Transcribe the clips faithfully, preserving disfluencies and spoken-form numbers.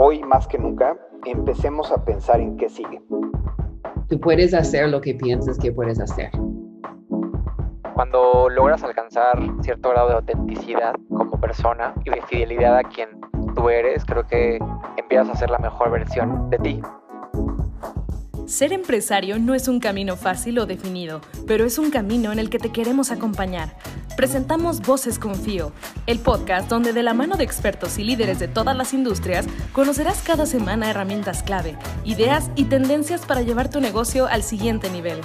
hoy más que nunca, empecemos a pensar en qué sigue. Tú puedes hacer lo que piensas que puedes hacer. Cuando logras alcanzar cierto grado de autenticidad como persona y de fidelidad a quien tú eres, creo que empiezas a ser la mejor versión de ti. Ser empresario no es un camino fácil o definido, pero es un camino en el que te queremos acompañar. Presentamos Voces Confío, el podcast donde de la mano de expertos y líderes de todas las industrias conocerás cada semana herramientas clave, ideas y tendencias para llevar tu negocio al siguiente nivel.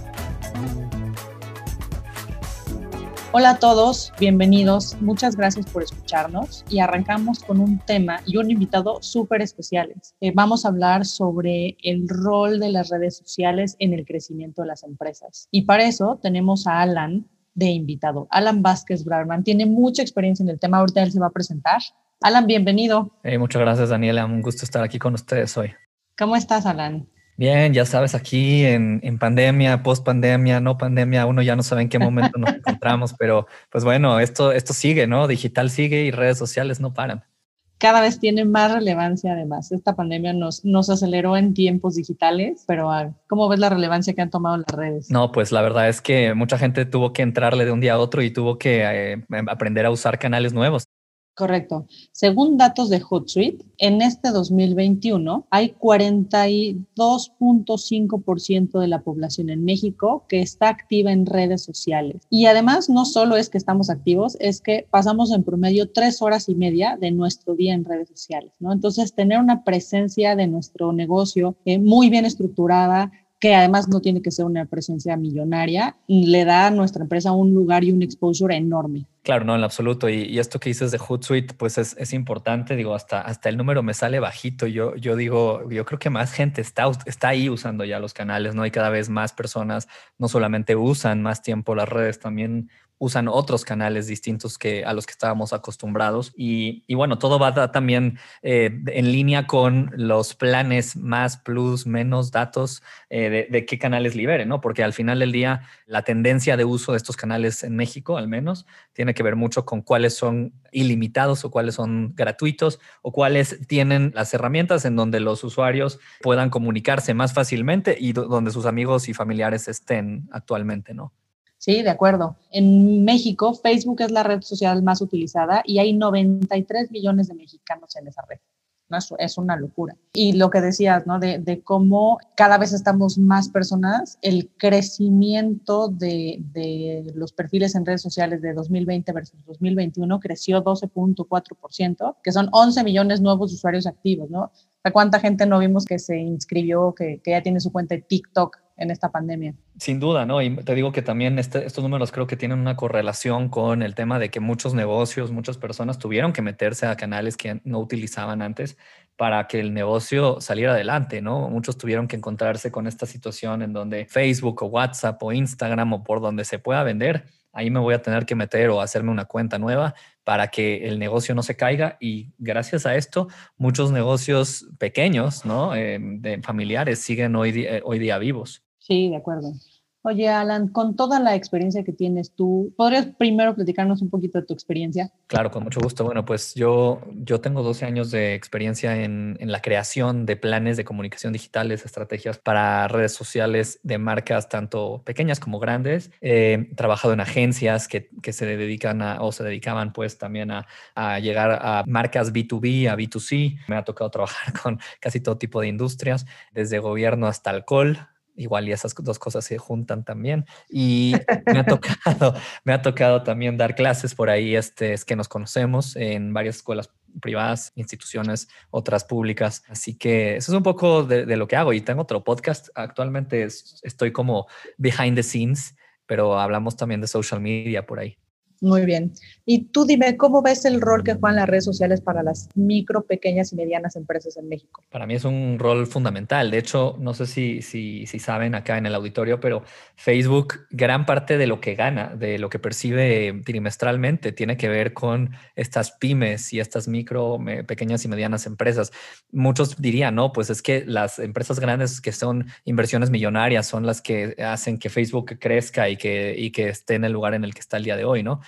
Hola a todos, bienvenidos, muchas gracias por escucharnos y arrancamos con un tema y un invitado súper especiales. Eh, vamos a hablar sobre el rol de las redes sociales en el crecimiento de las empresas. Y para eso tenemos a Alan de invitado. Alan Vázquez Brarman tiene mucha experiencia en el tema, ahorita él se va a presentar. Alan, bienvenido. Hey, muchas gracias, Daniela, un gusto estar aquí con ustedes hoy. ¿Cómo estás, Alan? Bien, ya sabes, aquí en, en pandemia, post pandemia, no pandemia, uno ya no sabe en qué momento nos encontramos, pero pues bueno, esto, esto sigue, ¿no? Digital sigue y redes sociales no paran. Cada vez tiene más relevancia además. Esta pandemia nos, nos aceleró en tiempos digitales, pero ¿cómo ves la relevancia que han tomado las redes? No, pues la verdad es que mucha gente tuvo que entrarle de un día a otro y tuvo que eh, aprender a usar canales nuevos. Correcto. Según datos de Hootsuite, en este dos mil veintiuno hay cuarenta y dos punto cinco por ciento de la población en México que está activa en redes sociales. Y además, no solo es que estamos activos, es que pasamos en promedio tres horas y media de nuestro día en redes sociales, ¿no? Entonces, tener una presencia de nuestro negocio eh, muy bien estructurada, que además no tiene que ser una presencia millonaria, le da a nuestra empresa un lugar y un exposure enorme. Claro, no, en absoluto. Y, y esto que dices de Hootsuite, pues es, es importante. Digo, hasta, hasta el número me sale bajito. Yo, yo digo, yo creo que más gente está, está ahí usando ya los canales, ¿no? Y cada vez más personas no solamente usan más tiempo las redes, también usan otros canales distintos que a los que estábamos acostumbrados. Y, y bueno, todo va también eh, en línea con los planes más, plus, menos datos eh, de, de qué canales liberen, ¿no? Porque al final del día, la tendencia de uso de estos canales en México, al menos, tiene que ver mucho con cuáles son ilimitados o cuáles son gratuitos o cuáles tienen las herramientas en donde los usuarios puedan comunicarse más fácilmente y do- donde sus amigos y familiares estén actualmente, ¿no? Sí, de acuerdo. En México, Facebook es la red social más utilizada y hay noventa y tres millones de mexicanos en esa red. ¿No? Es, es una locura. Y lo que decías, ¿no? De, de cómo cada vez estamos más personas, el crecimiento de, de los perfiles en redes sociales de dos mil veinte versus dos mil veintiuno creció doce punto cuatro por ciento, que son once millones nuevos usuarios activos, ¿no? O sea, ¿cuánta gente no vimos que se inscribió, que, que ya tiene su cuenta de TikTok en esta pandemia? Sin duda, ¿no? Y te digo que también este, estos números creo que tienen una correlación con el tema de que muchos negocios, muchas personas tuvieron que meterse a canales que no utilizaban antes para que el negocio saliera adelante, ¿no? Muchos tuvieron que encontrarse con esta situación en donde Facebook o WhatsApp o Instagram o por donde se pueda vender, ahí me voy a tener que meter o hacerme una cuenta nueva para que el negocio no se caiga. Y gracias a esto, muchos negocios pequeños, ¿no? Eh, de familiares siguen hoy, di- eh, hoy día vivos. Sí, de acuerdo. Oye, Alan, con toda la experiencia que tienes tú, ¿podrías primero platicarnos un poquito de tu experiencia? Claro, con mucho gusto. Bueno, pues yo, yo tengo doce años de experiencia en, en la creación de planes de comunicación digitales, estrategias para redes sociales de marcas tanto pequeñas como grandes. Eh, He trabajado en agencias que, que se dedican a, o se dedicaban pues también a, a llegar a marcas B dos B, a B dos C. Me ha tocado trabajar con casi todo tipo de industrias, desde gobierno hasta alcohol. Igual y esas dos cosas se juntan también. Y me ha tocado, me ha tocado también dar clases por ahí, este, es que nos conocemos en varias escuelas privadas, instituciones, otras públicas. Así que eso es un poco de, de lo que hago. Y tengo otro podcast. Actualmente es- estoy como behind the scenes, pero hablamos también de social media por ahí. Muy bien. Y tú dime, ¿cómo ves el rol que juegan las redes sociales para las micro, pequeñas y medianas empresas en México? Para mí es un rol fundamental. De hecho, no sé si, si, si saben acá en el auditorio, pero Facebook, gran parte de lo que gana, de lo que percibe trimestralmente, tiene que ver con estas pymes y estas micro, me- pequeñas y medianas empresas. Muchos dirían, no, pues es que las empresas grandes que son inversiones millonarias son las que hacen que Facebook crezca y que, y que esté en el lugar en el que está el día de hoy, ¿no?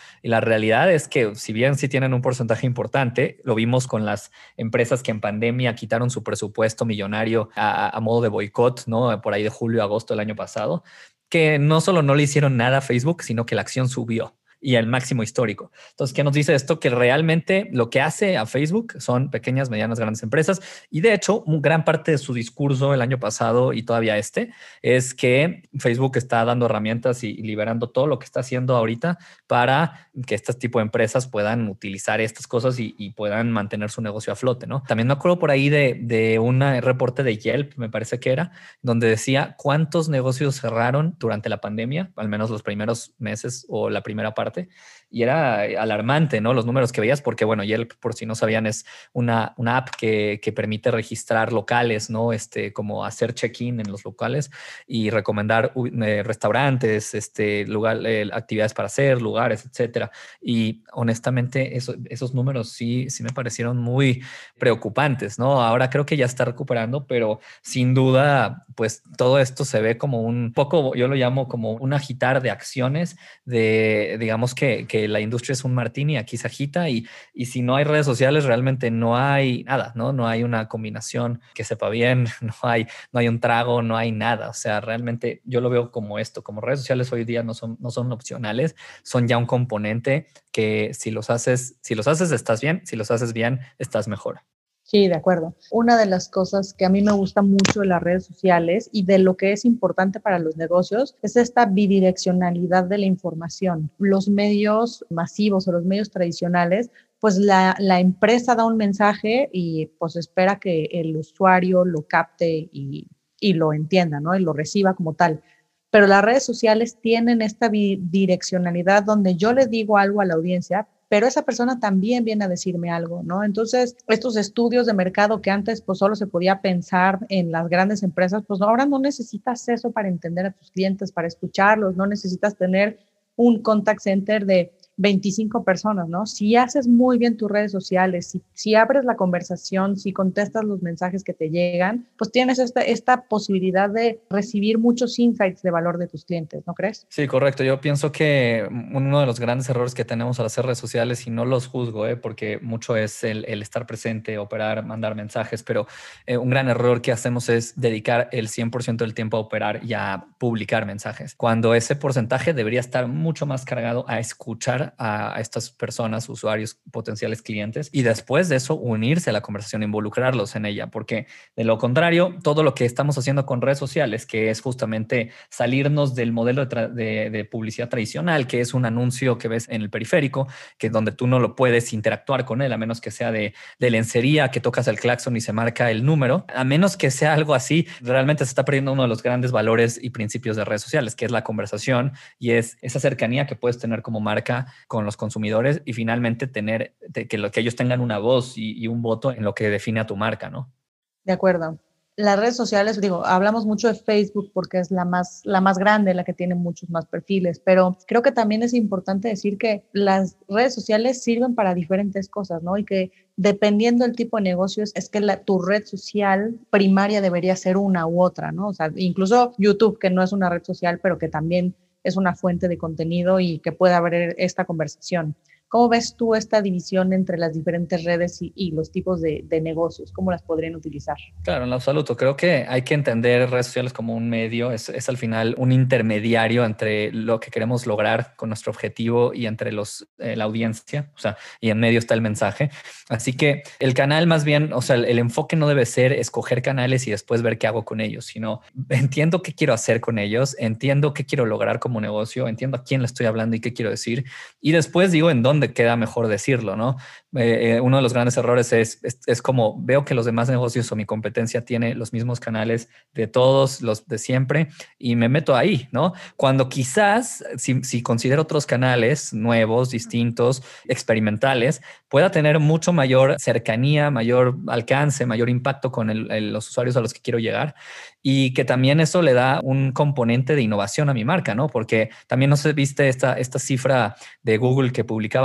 Y la realidad es que si bien sí tienen un porcentaje importante, lo vimos con las empresas que en pandemia quitaron su presupuesto millonario a, a modo de boicot, ¿no? Por ahí de julio, agosto del año pasado, que no solo no le hicieron nada a Facebook, sino que la acción subió y al máximo histórico. Entonces, ¿qué nos dice esto? Que realmente lo que hace a Facebook son pequeñas, medianas, grandes empresas. Y de hecho, un gran parte de su discurso el año pasado y todavía este es que Facebook está dando herramientas y liberando todo lo que está haciendo ahorita para que este tipo de empresas puedan utilizar estas cosas y, y puedan mantener su negocio a flote, ¿no? También me acuerdo por ahí de, de un reporte de Yelp, me parece que era, donde decía cuántos negocios cerraron durante la pandemia, al menos los primeros meses o la primera parte. Y era alarmante, ¿no? Los números que veías, porque bueno, Yelp, por si no sabían, es una, una app que, que permite registrar locales, ¿no? Este, como hacer check-in en los locales y recomendar eh, restaurantes, este, lugar, eh, actividades para hacer, lugares, etcétera. Y honestamente, eso, esos números sí, sí me parecieron muy preocupantes, ¿no? Ahora creo que ya está recuperando, pero sin duda, pues todo esto se ve como un poco, yo lo llamo como un agitar de acciones de, digamos que, que la industria es un martini, aquí se agita y, y si no hay redes sociales realmente no hay nada, ¿no? No hay una combinación que sepa bien, no hay, no hay un trago, no hay nada. O sea, realmente yo lo veo como esto, como redes sociales hoy día no son, no son opcionales, son ya un componente que si los haces, si los haces estás bien, si los haces bien estás mejor. Sí, de acuerdo. Una de las cosas que a mí me gusta mucho de las redes sociales y de lo que es importante para los negocios es esta bidireccionalidad de la información. Los medios masivos o los medios tradicionales, pues la, la empresa da un mensaje y pues espera que el usuario lo capte y, y lo entienda, ¿no? Y lo reciba como tal. Pero las redes sociales tienen esta bidireccionalidad donde yo le digo algo a la audiencia, pero esa persona también viene a decirme algo, ¿no? Entonces, estos estudios de mercado que antes pues solo se podía pensar en las grandes empresas, pues ahora no necesitas eso para entender a tus clientes, para escucharlos, no necesitas tener un contact center de veinticinco personas, ¿no? Si haces muy bien tus redes sociales, si, si abres la conversación, si contestas los mensajes que te llegan, pues tienes esta, esta posibilidad de recibir muchos insights de valor de tus clientes, ¿no crees? Sí, correcto. Yo pienso que uno de los grandes errores que tenemos al hacer redes sociales, y no los juzgo, ¿eh? Porque mucho es el, el estar presente, operar, mandar mensajes, pero eh, un gran error que hacemos es dedicar el cien por ciento del tiempo a operar y a publicar mensajes, cuando ese porcentaje debería estar mucho más cargado a escuchar a estas personas, usuarios, potenciales clientes, y después de eso unirse a la conversación, involucrarlos en ella, porque de lo contrario, todo lo que estamos haciendo con redes sociales, que es justamente salirnos del modelo de, de, de publicidad tradicional, que es un anuncio que ves en el periférico, que es donde tú no lo puedes interactuar con él, a menos que sea de, de lencería, que tocas el claxon y se marca el número, a menos que sea algo así, realmente se está perdiendo uno de los grandes valores y principios de redes sociales, que es la conversación y es esa cercanía que puedes tener como marca con los consumidores y finalmente tener de que, lo, que ellos tengan una voz y, y un voto en lo que define a tu marca, ¿no? De acuerdo. Las redes sociales, digo, hablamos mucho de Facebook porque es la más, la más grande, la que tiene muchos más perfiles, pero creo que también es importante decir que las redes sociales sirven para diferentes cosas, ¿no? Y que dependiendo del tipo de negocios, es que la, tu red social primaria debería ser una u otra, ¿no? O sea, incluso YouTube, que no es una red social, pero que también es una fuente de contenido y que puede haber esta conversación. ¿Cómo ves tú esta división entre las diferentes redes y, y los tipos de, de negocios? ¿Cómo las podrían utilizar? Claro, en lo absoluto. Creo que hay que entender redes sociales como un medio. Es, es al final un intermediario entre lo que queremos lograr con nuestro objetivo y entre los, eh, la audiencia. O sea, y en medio está el mensaje. Así que el canal más bien, o sea, el, el enfoque no debe ser escoger canales y después ver qué hago con ellos, sino entiendo qué quiero hacer con ellos, entiendo qué quiero lograr como negocio, entiendo a quién le estoy hablando y qué quiero decir. Y después digo en dónde queda mejor decirlo, ¿no? Eh, uno de los grandes errores es, es, es como veo que los demás negocios o mi competencia tiene los mismos canales de todos los de siempre y me meto ahí, ¿no? Cuando quizás si, si considero otros canales nuevos, distintos, experimentales, pueda tener mucho mayor cercanía, mayor alcance, mayor impacto con el, el, los usuarios a los que quiero llegar y que también eso le da un componente de innovación a mi marca, ¿no? Porque también no se viste esta, esta cifra de Google que publicaba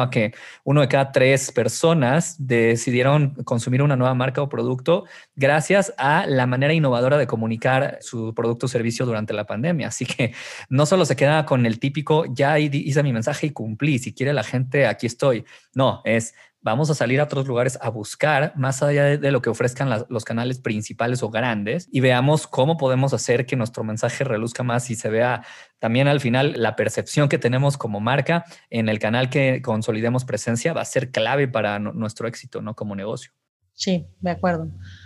comentaba que uno de cada tres personas decidieron consumir una nueva marca o producto gracias a la manera innovadora de comunicar su producto o servicio durante la pandemia. Así que no solo se queda con el típico, ya hice mi mensaje y cumplí, si quiere la gente, aquí estoy. No, es vamos a salir a otros lugares a buscar más allá de, de lo que ofrezcan las, los canales principales o grandes y veamos cómo podemos hacer que nuestro mensaje reluzca más y se vea también al final la percepción que tenemos como marca en el canal que consolidemos presencia va a ser clave para no, nuestro éxito, ¿no? Como negocio. Sí, de acuerdo.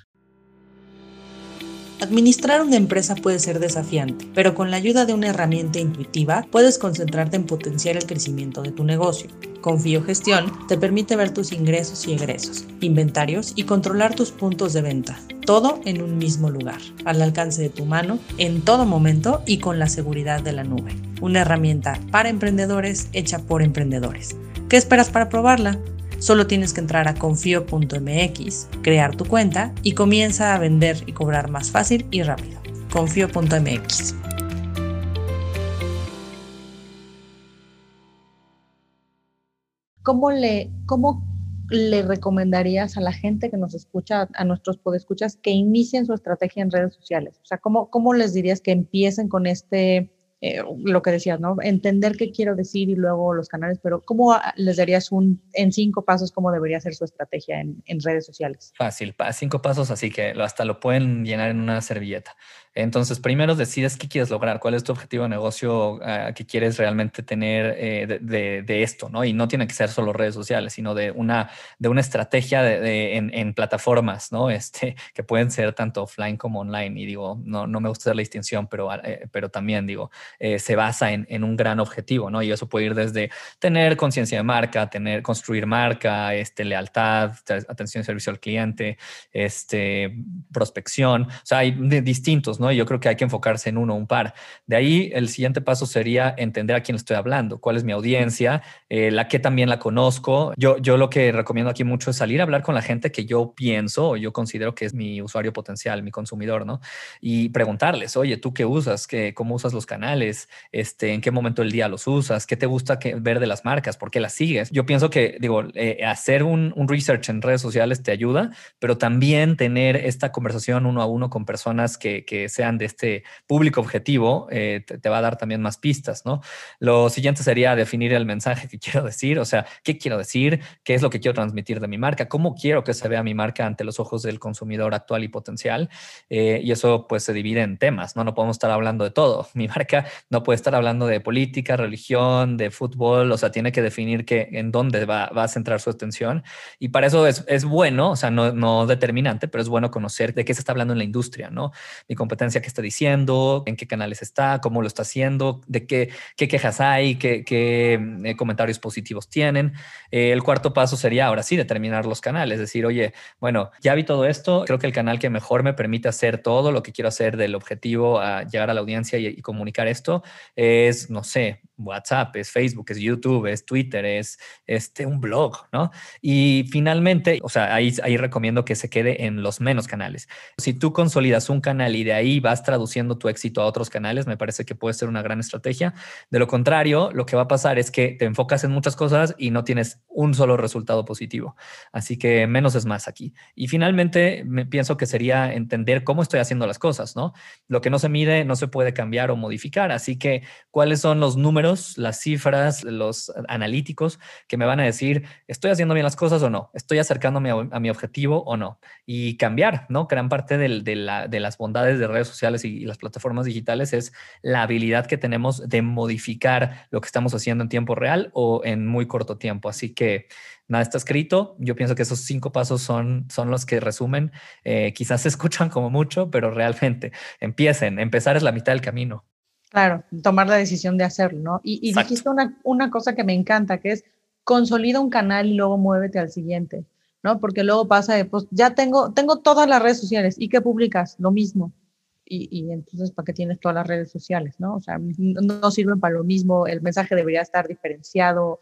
Administrar una empresa puede ser desafiante, pero con la ayuda de una herramienta intuitiva puedes concentrarte en potenciar el crecimiento de tu negocio. Confío Gestión te permite ver tus ingresos y egresos, inventarios y controlar tus puntos de venta, todo en un mismo lugar, al alcance de tu mano, en todo momento y con la seguridad de la nube. Una herramienta para emprendedores hecha por emprendedores. ¿Qué esperas para probarla? Solo tienes que entrar a confío punto m x, crear tu cuenta y comienza a vender y cobrar más fácil y rápido. confío punto m x. ¿Cómo le, cómo le recomendarías a la gente que nos escucha, a nuestros podescuchas, que inicien su estrategia en redes sociales? O sea, ¿cómo, cómo les dirías que empiecen con este... Eh, lo que decías, ¿no? Entender qué quiero decir y luego los canales, pero ¿cómo les darías un, en cinco pasos, cómo debería ser su estrategia en, en redes sociales? Fácil, pa, cinco pasos, así que hasta lo pueden llenar en una servilleta. Entonces, primero decides qué quieres lograr, cuál es tu objetivo de negocio uh, que quieres realmente tener eh, de, de, de esto, ¿no? Y no tiene que ser solo redes sociales, sino de una, de una estrategia de, de, en, en plataformas, ¿no? Este, que pueden ser tanto offline como online. Y digo, no, no me gusta hacer la distinción, pero, eh, pero también digo, Eh, se basa en, en un gran objetivo, ¿no? Y eso puede ir desde tener conciencia de marca, tener, construir marca, este, lealtad, atención y servicio al cliente, este, prospección. O sea, hay de, distintos, ¿no? Y yo creo que hay que enfocarse en uno, un par. De ahí, el siguiente paso sería entender a quién estoy hablando, cuál es mi audiencia, eh, la que también la conozco. Yo, yo lo que recomiendo aquí mucho es salir a hablar con la gente que yo pienso o yo considero que es mi usuario potencial, mi consumidor, ¿no? Y preguntarles, oye, ¿tú qué usas? ¿Qué, ¿Cómo usas los canales? Este, ¿en qué momento del día los usas? ¿Qué te gusta que, ver de las marcas? ¿Por qué las sigues? Yo pienso que, digo, eh, hacer un, un research en redes sociales te ayuda, pero también tener esta conversación uno a uno con personas que, que sean de este público objetivo eh, te, te va a dar también más pistas, ¿no? Lo siguiente sería definir el mensaje que quiero decir, o sea, ¿qué quiero decir? ¿Qué es lo que quiero transmitir de mi marca? ¿Cómo quiero que se vea mi marca ante los ojos del consumidor actual y potencial? Eh, y eso pues se divide en temas, ¿no? No podemos estar hablando de todo. Mi marca no puede estar hablando de política, religión, de fútbol, o sea, tiene que definir que, en dónde va, va a centrar su atención. Y para eso es, es bueno, o sea, no, no determinante, pero es bueno conocer de qué se está hablando en la industria, ¿no? Mi competencia, qué está diciendo, en qué canales está, cómo lo está haciendo, de qué, qué quejas hay, qué, qué eh, comentarios positivos tienen. Eh, el cuarto paso sería, ahora sí, determinar los canales, decir, oye, bueno, ya vi todo esto, creo que el canal que mejor me permite hacer todo lo que quiero hacer del objetivo a llegar a la audiencia y, y comunicar esto es, no sé, WhatsApp, es Facebook, es YouTube, es Twitter, es este, un blog, ¿no? Y finalmente, o sea, ahí, ahí recomiendo que se quede en los menos canales. Si tú consolidas un canal y de ahí vas traduciendo tu éxito a otros canales, me parece que puede ser una gran estrategia. De lo contrario, lo que va a pasar es que te enfocas en muchas cosas y no tienes un solo resultado positivo. Así que menos es más aquí. Y finalmente, me pienso que sería entender cómo estoy haciendo las cosas, ¿no? Lo que no se mide no se puede cambiar o modificar. Así que, ¿cuáles son los números, las cifras, los analíticos que me van a decir, estoy haciendo bien las cosas o no? ¿Estoy acercándome a, a mi objetivo o no? Y cambiar, ¿no? Gran parte del, de, la, de las bondades de redes sociales y, y las plataformas digitales es la habilidad que tenemos de modificar lo que estamos haciendo en tiempo real o en muy corto tiempo. Así que nada está escrito. Yo pienso que esos cinco pasos son, son los que resumen. Eh, quizás se escuchan como mucho, pero realmente empiecen. Empezar es la mitad del camino. Claro, tomar la decisión de hacerlo, ¿no? Y, y dijiste una, una cosa que me encanta, que es consolida un canal y luego muévete al siguiente, ¿no? Porque luego pasa de, pues ya tengo, tengo todas las redes sociales. ¿Y qué publicas? Lo mismo. Y, y entonces, ¿para qué tienes todas las redes sociales, no? O sea, no, no sirven para lo mismo. El mensaje debería estar diferenciado.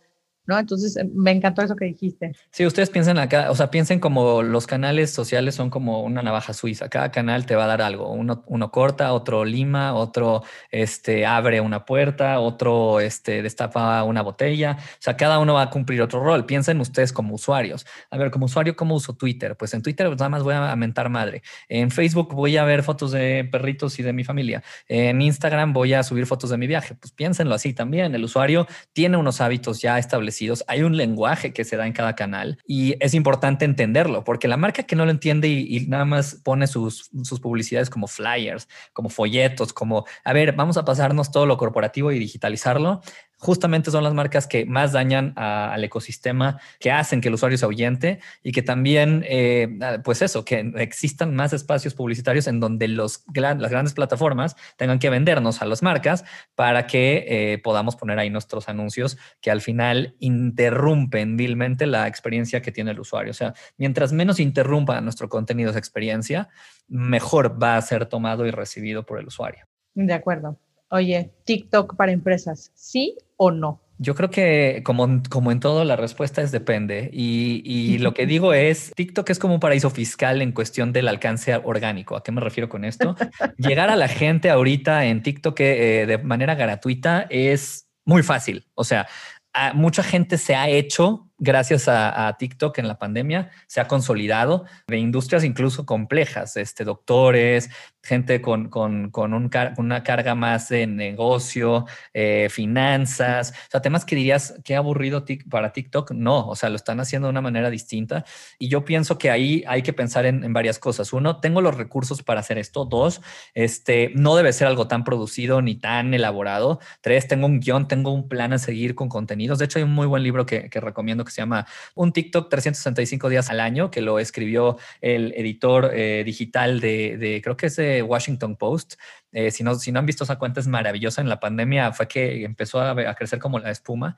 ¿no? Entonces, me encantó eso que dijiste. Sí, ustedes piensen acá, o sea, piensen como los canales sociales son como una navaja suiza. Cada canal te va a dar algo. Uno, uno corta, otro lima, otro este, abre una puerta, otro este, destapa una botella. O sea, cada uno va a cumplir otro rol. Piensen ustedes como usuarios. A ver, como usuario, ¿cómo uso Twitter? Pues en Twitter nada más voy a mentar madre. En Facebook voy a ver fotos de perritos y de mi familia. En Instagram voy a subir fotos de mi viaje. Pues piénsenlo así también. El usuario tiene unos hábitos ya establecidos. Hay un lenguaje que se da en cada canal y es importante entenderlo, porque la marca que no lo entiende y, y nada más pone sus, sus publicidades como flyers, como folletos, como, a ver, vamos a pasarnos todo lo corporativo y digitalizarlo, justamente son las marcas que más dañan a, al ecosistema, que hacen que el usuario se ahuyente y que también, eh, pues eso, que existan más espacios publicitarios en donde los, las grandes plataformas tengan que vendernos a las marcas para que eh, podamos poner ahí nuestros anuncios que al final interrumpen vilmente la experiencia que tiene el usuario. O sea, mientras menos interrumpa nuestro contenido esa experiencia, mejor va a ser tomado y recibido por el usuario. De acuerdo. Oye, TikTok para empresas, ¿sí o no? Yo creo que como, como en todo la respuesta es depende y, y lo que digo es TikTok es como un paraíso fiscal en cuestión del alcance orgánico. ¿A qué me refiero con esto? Llegar a la gente ahorita en TikTok eh, de manera gratuita es muy fácil. O sea, a, mucha gente se ha hecho gracias a, a TikTok en la pandemia, se ha consolidado de industrias incluso complejas, este, doctores, gente con, con, con un car una carga más de negocio, eh, finanzas, o sea, temas que dirías, qué aburrido para TikTok. No, o sea, lo están haciendo de una manera distinta y yo pienso que ahí hay que pensar en, en varias cosas. Uno, tengo los recursos para hacer esto. Dos, este, no debe ser algo tan producido ni tan elaborado. Tres, tengo un guión, tengo un plan a seguir con contenidos. De hecho, hay un muy buen libro que, que recomiendo que se llama Un TikTok trescientos sesenta y cinco días al año, que lo escribió el editor eh, digital de, de, creo que es de Washington Post. Eh, si, no, si no han visto esa cuenta, es maravillosa. En la pandemia fue que empezó a, a crecer como la espuma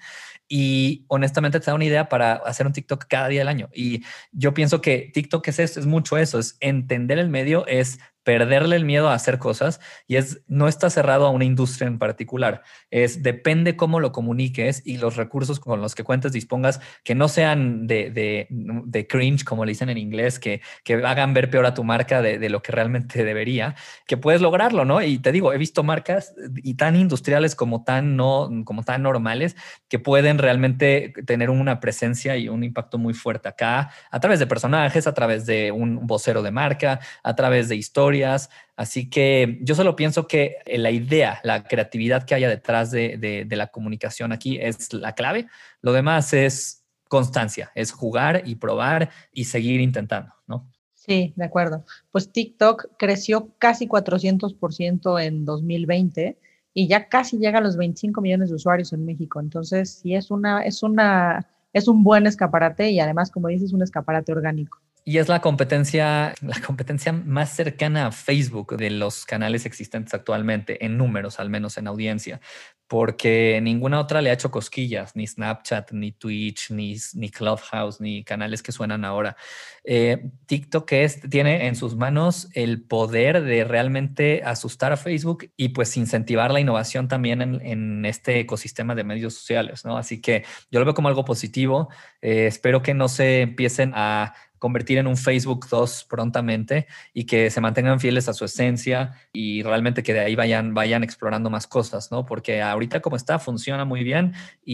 y honestamente te da una idea para hacer un TikTok cada día del año. Y yo pienso que TikTok es eso, es mucho eso, es entender el medio, es perderle el miedo a hacer cosas y es no está cerrado a una industria en particular. Es depende cómo lo comuniques y los recursos con los que cuentes, dispongas, que no sean de, de, de cringe, como le dicen en inglés, que, que hagan ver peor a tu marca de, de lo que realmente debería, que puedes lograrlo, ¿no? Y te digo, he visto marcas y tan industriales como tan no, como tan normales que pueden realmente tener una presencia y un impacto muy fuerte acá a través de personajes, a través de un vocero de marca, a través de historias. Así que yo solo pienso que la idea, la creatividad que haya detrás de, de, de la comunicación aquí es la clave. Lo demás es constancia, es jugar y probar y seguir intentando, ¿no? Sí, de acuerdo. Pues TikTok creció casi cuatrocientos por ciento en dos mil veinte y ya casi llega a los veinticinco millones de usuarios en México. Entonces, sí es una, es una, es un buen escaparate y además, como dices, un escaparate orgánico. Y es la competencia, la competencia más cercana a Facebook de los canales existentes actualmente, en números, al menos en audiencia, porque ninguna otra le ha hecho cosquillas, ni Snapchat, ni Twitch, ni, ni Clubhouse, ni canales que suenan ahora. Eh, TikTok es, tiene en sus manos el poder de realmente asustar a Facebook y pues incentivar la innovación también en, en este ecosistema de medios sociales, ¿no? Así que yo lo veo como algo positivo. Eh, espero que no se empiecen a convertir en un Facebook dos prontamente y que se mantengan fieles a su esencia y realmente que de ahí vayan, vayan explorando más cosas, ¿no? Porque ahorita como está, funciona muy bien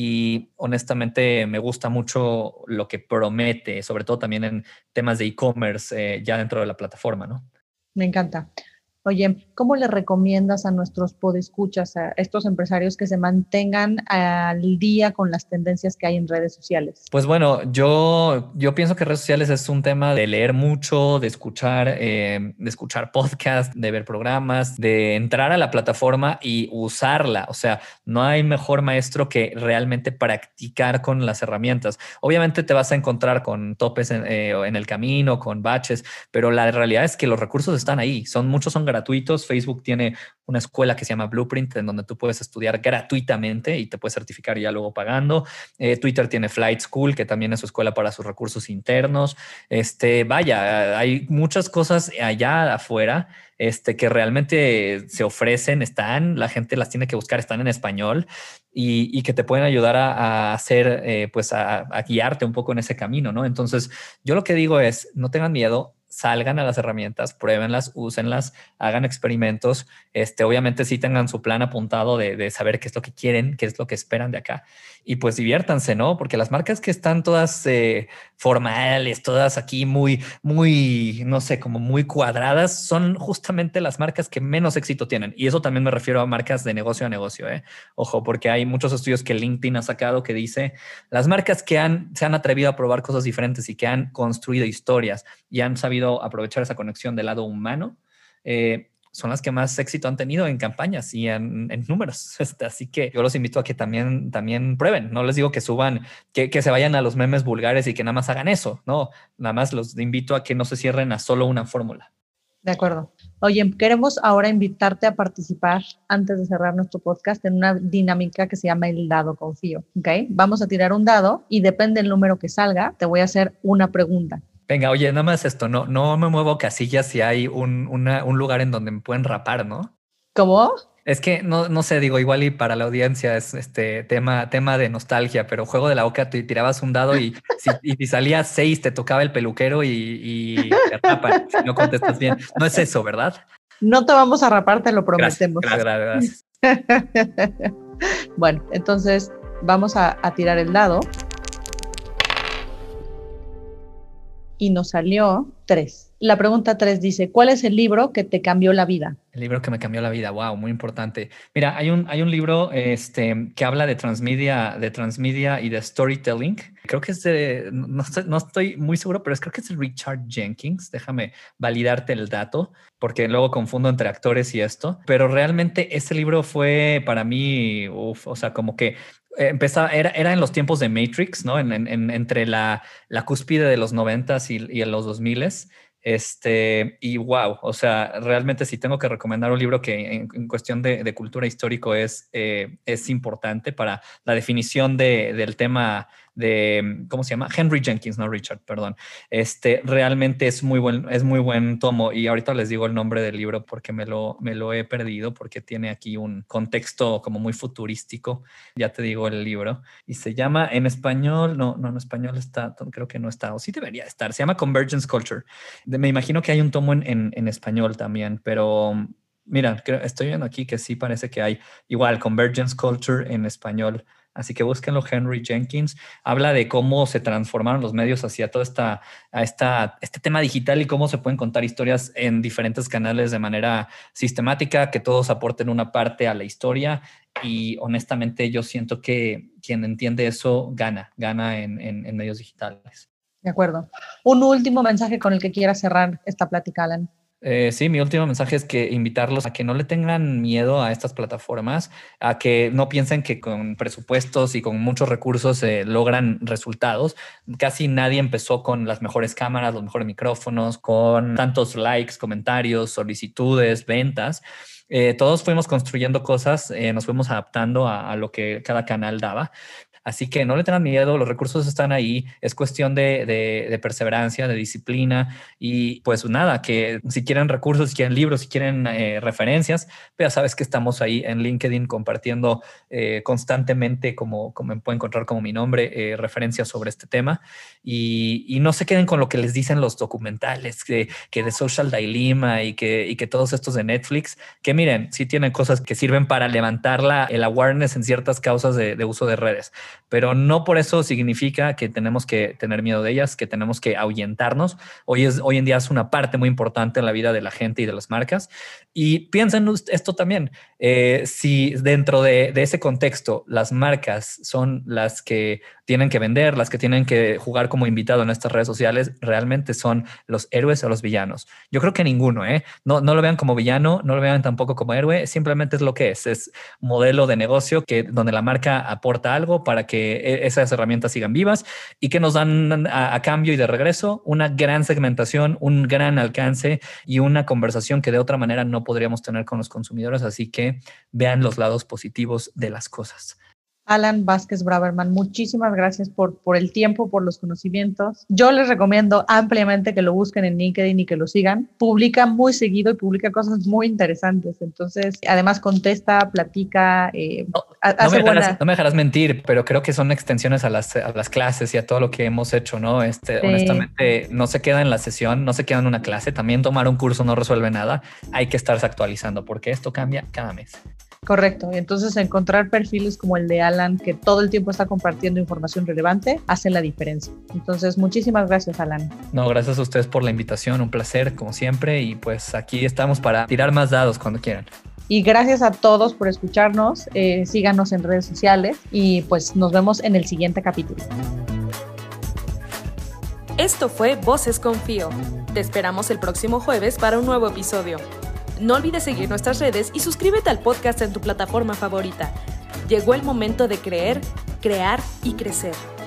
y honestamente me gusta mucho lo que promete, sobre todo también en temas de e-commerce eh, ya dentro de la plataforma, ¿no? Me encanta. Oye, ¿cómo le recomiendas a nuestros podescuchas, a estos empresarios que se mantengan al día con las tendencias que hay en redes sociales? Pues bueno, yo, yo pienso que redes sociales es un tema de leer mucho, de escuchar, eh, de escuchar podcasts, de ver programas, de entrar a la plataforma y usarla. O sea, no hay mejor maestro que realmente practicar con las herramientas. Obviamente te vas a encontrar con topes en, eh, en el camino, con baches, pero la realidad es que los recursos están ahí. Son, muchos son gratuitos. Facebook tiene una escuela que se llama Blueprint, en donde tú puedes estudiar gratuitamente y te puedes certificar ya luego pagando. Eh, Twitter tiene Flight School, que también es su escuela para sus recursos internos. Este, vaya, hay muchas cosas allá afuera este, que realmente se ofrecen, están, la gente las tiene que buscar, están en español y, y que te pueden ayudar a, a hacer, eh, pues a, a guiarte un poco en ese camino, ¿no? Entonces, yo lo que digo es, no tengan miedo, salgan a las herramientas, pruébenlas, úsenlas, hagan experimentos. Este, obviamente sí tengan su plan apuntado de, de saber qué es lo que quieren, qué es lo que esperan de acá. Y pues diviértanse, ¿no? Porque las marcas que están todas eh, formales, todas aquí muy, muy, no sé, como muy cuadradas, son justamente las marcas que menos éxito tienen. Y eso también me refiero a marcas de negocio a negocio, ¿eh? Ojo, porque hay muchos estudios que LinkedIn ha sacado que dice las marcas que han, se han atrevido a probar cosas diferentes y que han construido historias y han sabido aprovechar esa conexión del lado humano, eh, son las que más éxito han tenido en campañas y en, en números. Así que yo los invito a que también, también prueben. No les digo que suban, que, que se vayan a los memes vulgares y que nada más hagan eso. No, nada más los invito a que no se cierren a solo una fórmula. De acuerdo. Oye, queremos ahora invitarte a participar antes de cerrar nuestro podcast en una dinámica que se llama el dado confío. ¿Ok? Vamos a tirar un dado y depende del número que salga, te voy a hacer una pregunta. Venga, oye, nada más esto, no, no me muevo casillas si hay un, una, un lugar en donde me pueden rapar, ¿no? ¿Cómo? Es que no, no sé, digo, igual y para la audiencia es este tema, tema de nostalgia, pero juego de la oca, tú tirabas un dado y si, y si salía seis, te tocaba el peluquero y, y te rapan si no contestas bien. No es eso, ¿verdad? No te vamos a rapar, te lo prometemos. Gracias, gracias, gracias. Bueno, entonces vamos a, a tirar el dado. Y nos salió tres. La pregunta tres dice, ¿cuál es el libro que te cambió la vida? El libro que me cambió la vida, wow, muy importante. Mira, hay un, hay un libro este, que habla de transmedia, de transmedia y de storytelling. Creo que es de, no estoy, no estoy muy seguro, pero es, creo que es de Richard Jenkins. Déjame validarte el dato, porque luego confundo entre actores y esto. Pero realmente ese libro fue para mí, uf, o sea, como que empezaba, era, era en los tiempos de Matrix, ¿no? En, en, entre la, la cúspide de los noventas y, y en los dos miles. Este, y wow, o sea, realmente si tengo que recomendar un libro que en, en cuestión de, de cultura histórico es, eh, es importante para la definición de, del tema de, ¿cómo se llama? Henry Jenkins, no Richard, perdón. Este, realmente es muy buen, es muy buen tomo y ahorita les digo el nombre del libro porque me lo, me lo he perdido porque tiene aquí un contexto como muy futurístico. Ya te digo el libro y se llama en español, no, no en español está, creo que no está, o sí debería estar, se llama Convergence Culture. Me imagino que hay un tomo en, en, en español también, pero mira, creo, estoy viendo aquí que sí parece que hay igual Convergence Culture en español. Así que búsquenlo, Henry Jenkins. Habla de cómo se transformaron los medios hacia todo esta, a esta, este tema digital y cómo se pueden contar historias en diferentes canales de manera sistemática, que todos aporten una parte a la historia. Y honestamente yo siento que quien entiende eso gana, gana en, en, en medios digitales. De acuerdo. Un último mensaje con el que quieras cerrar esta plática, Alan. Eh, sí, mi último mensaje es que invitarlos a que no le tengan miedo a estas plataformas, a que no piensen que con presupuestos y con muchos recursos eh, logran resultados. Casi nadie empezó con las mejores cámaras, los mejores micrófonos, con tantos likes, comentarios, solicitudes, ventas. Eh, todos fuimos construyendo cosas, eh, nos fuimos adaptando a, a lo que cada canal daba. Así que no le tengan miedo, los recursos están ahí, es cuestión de, de, de perseverancia, de disciplina y pues nada, que si quieren recursos, si quieren libros, si quieren eh, referencias, pero ya sabes que estamos ahí en LinkedIn compartiendo eh, constantemente, como, como me pueden encontrar como mi nombre, eh, referencias sobre este tema y, y no se queden con lo que les dicen los documentales, que, que de Social Dilemma y que, y que todos estos de Netflix, que miren, sí tienen cosas que sirven para levantar la, el awareness en ciertas causas de, de uso de redes. Pero no por eso significa que tenemos que tener miedo de ellas, que tenemos que ahuyentarnos. Hoy, es, hoy en día es una parte muy importante en la vida de la gente y de las marcas. Y piensen esto también, eh, si dentro de, de ese contexto las marcas son las que tienen que vender, las que tienen que jugar como invitado en estas redes sociales, realmente son los héroes o los villanos. Yo creo que ninguno, ¿eh? No, no lo vean como villano, no lo vean tampoco como héroe, simplemente es lo que es, es modelo de negocio que, donde la marca aporta algo para para que esas herramientas sigan vivas y que nos dan a, a cambio y de regreso una gran segmentación, un gran alcance y una conversación que de otra manera no podríamos tener con los consumidores. Así que vean los lados positivos de las cosas. Alan Vázquez Braverman, muchísimas gracias por, por el tiempo, por los conocimientos. Yo les recomiendo ampliamente que lo busquen en LinkedIn y que lo sigan. Publica muy seguido y publica cosas muy interesantes. Entonces, además contesta, platica, eh, no, hace no, me dejarás, buena... no me dejarás mentir, pero creo que son extensiones a las, a las clases y a todo lo que hemos hecho, ¿no? Este, sí. Honestamente, no se queda en la sesión, no se queda en una clase. También tomar un curso no resuelve nada. Hay que estarse actualizando porque esto cambia cada mes. Correcto. Entonces, encontrar perfiles como el de Alan, que todo el tiempo está compartiendo información relevante, hace la diferencia. Entonces, muchísimas gracias, Alan. No, gracias a ustedes por la invitación. Un placer, como siempre. Y pues aquí estamos para tirar más dados cuando quieran. Y gracias a todos por escucharnos. Eh, síganos en redes sociales y pues nos vemos en el siguiente capítulo. Esto fue Voces con Fío. Te esperamos el próximo jueves para un nuevo episodio. No olvides seguir nuestras redes y suscríbete al podcast en tu plataforma favorita. Llegó el momento de creer, crear y crecer.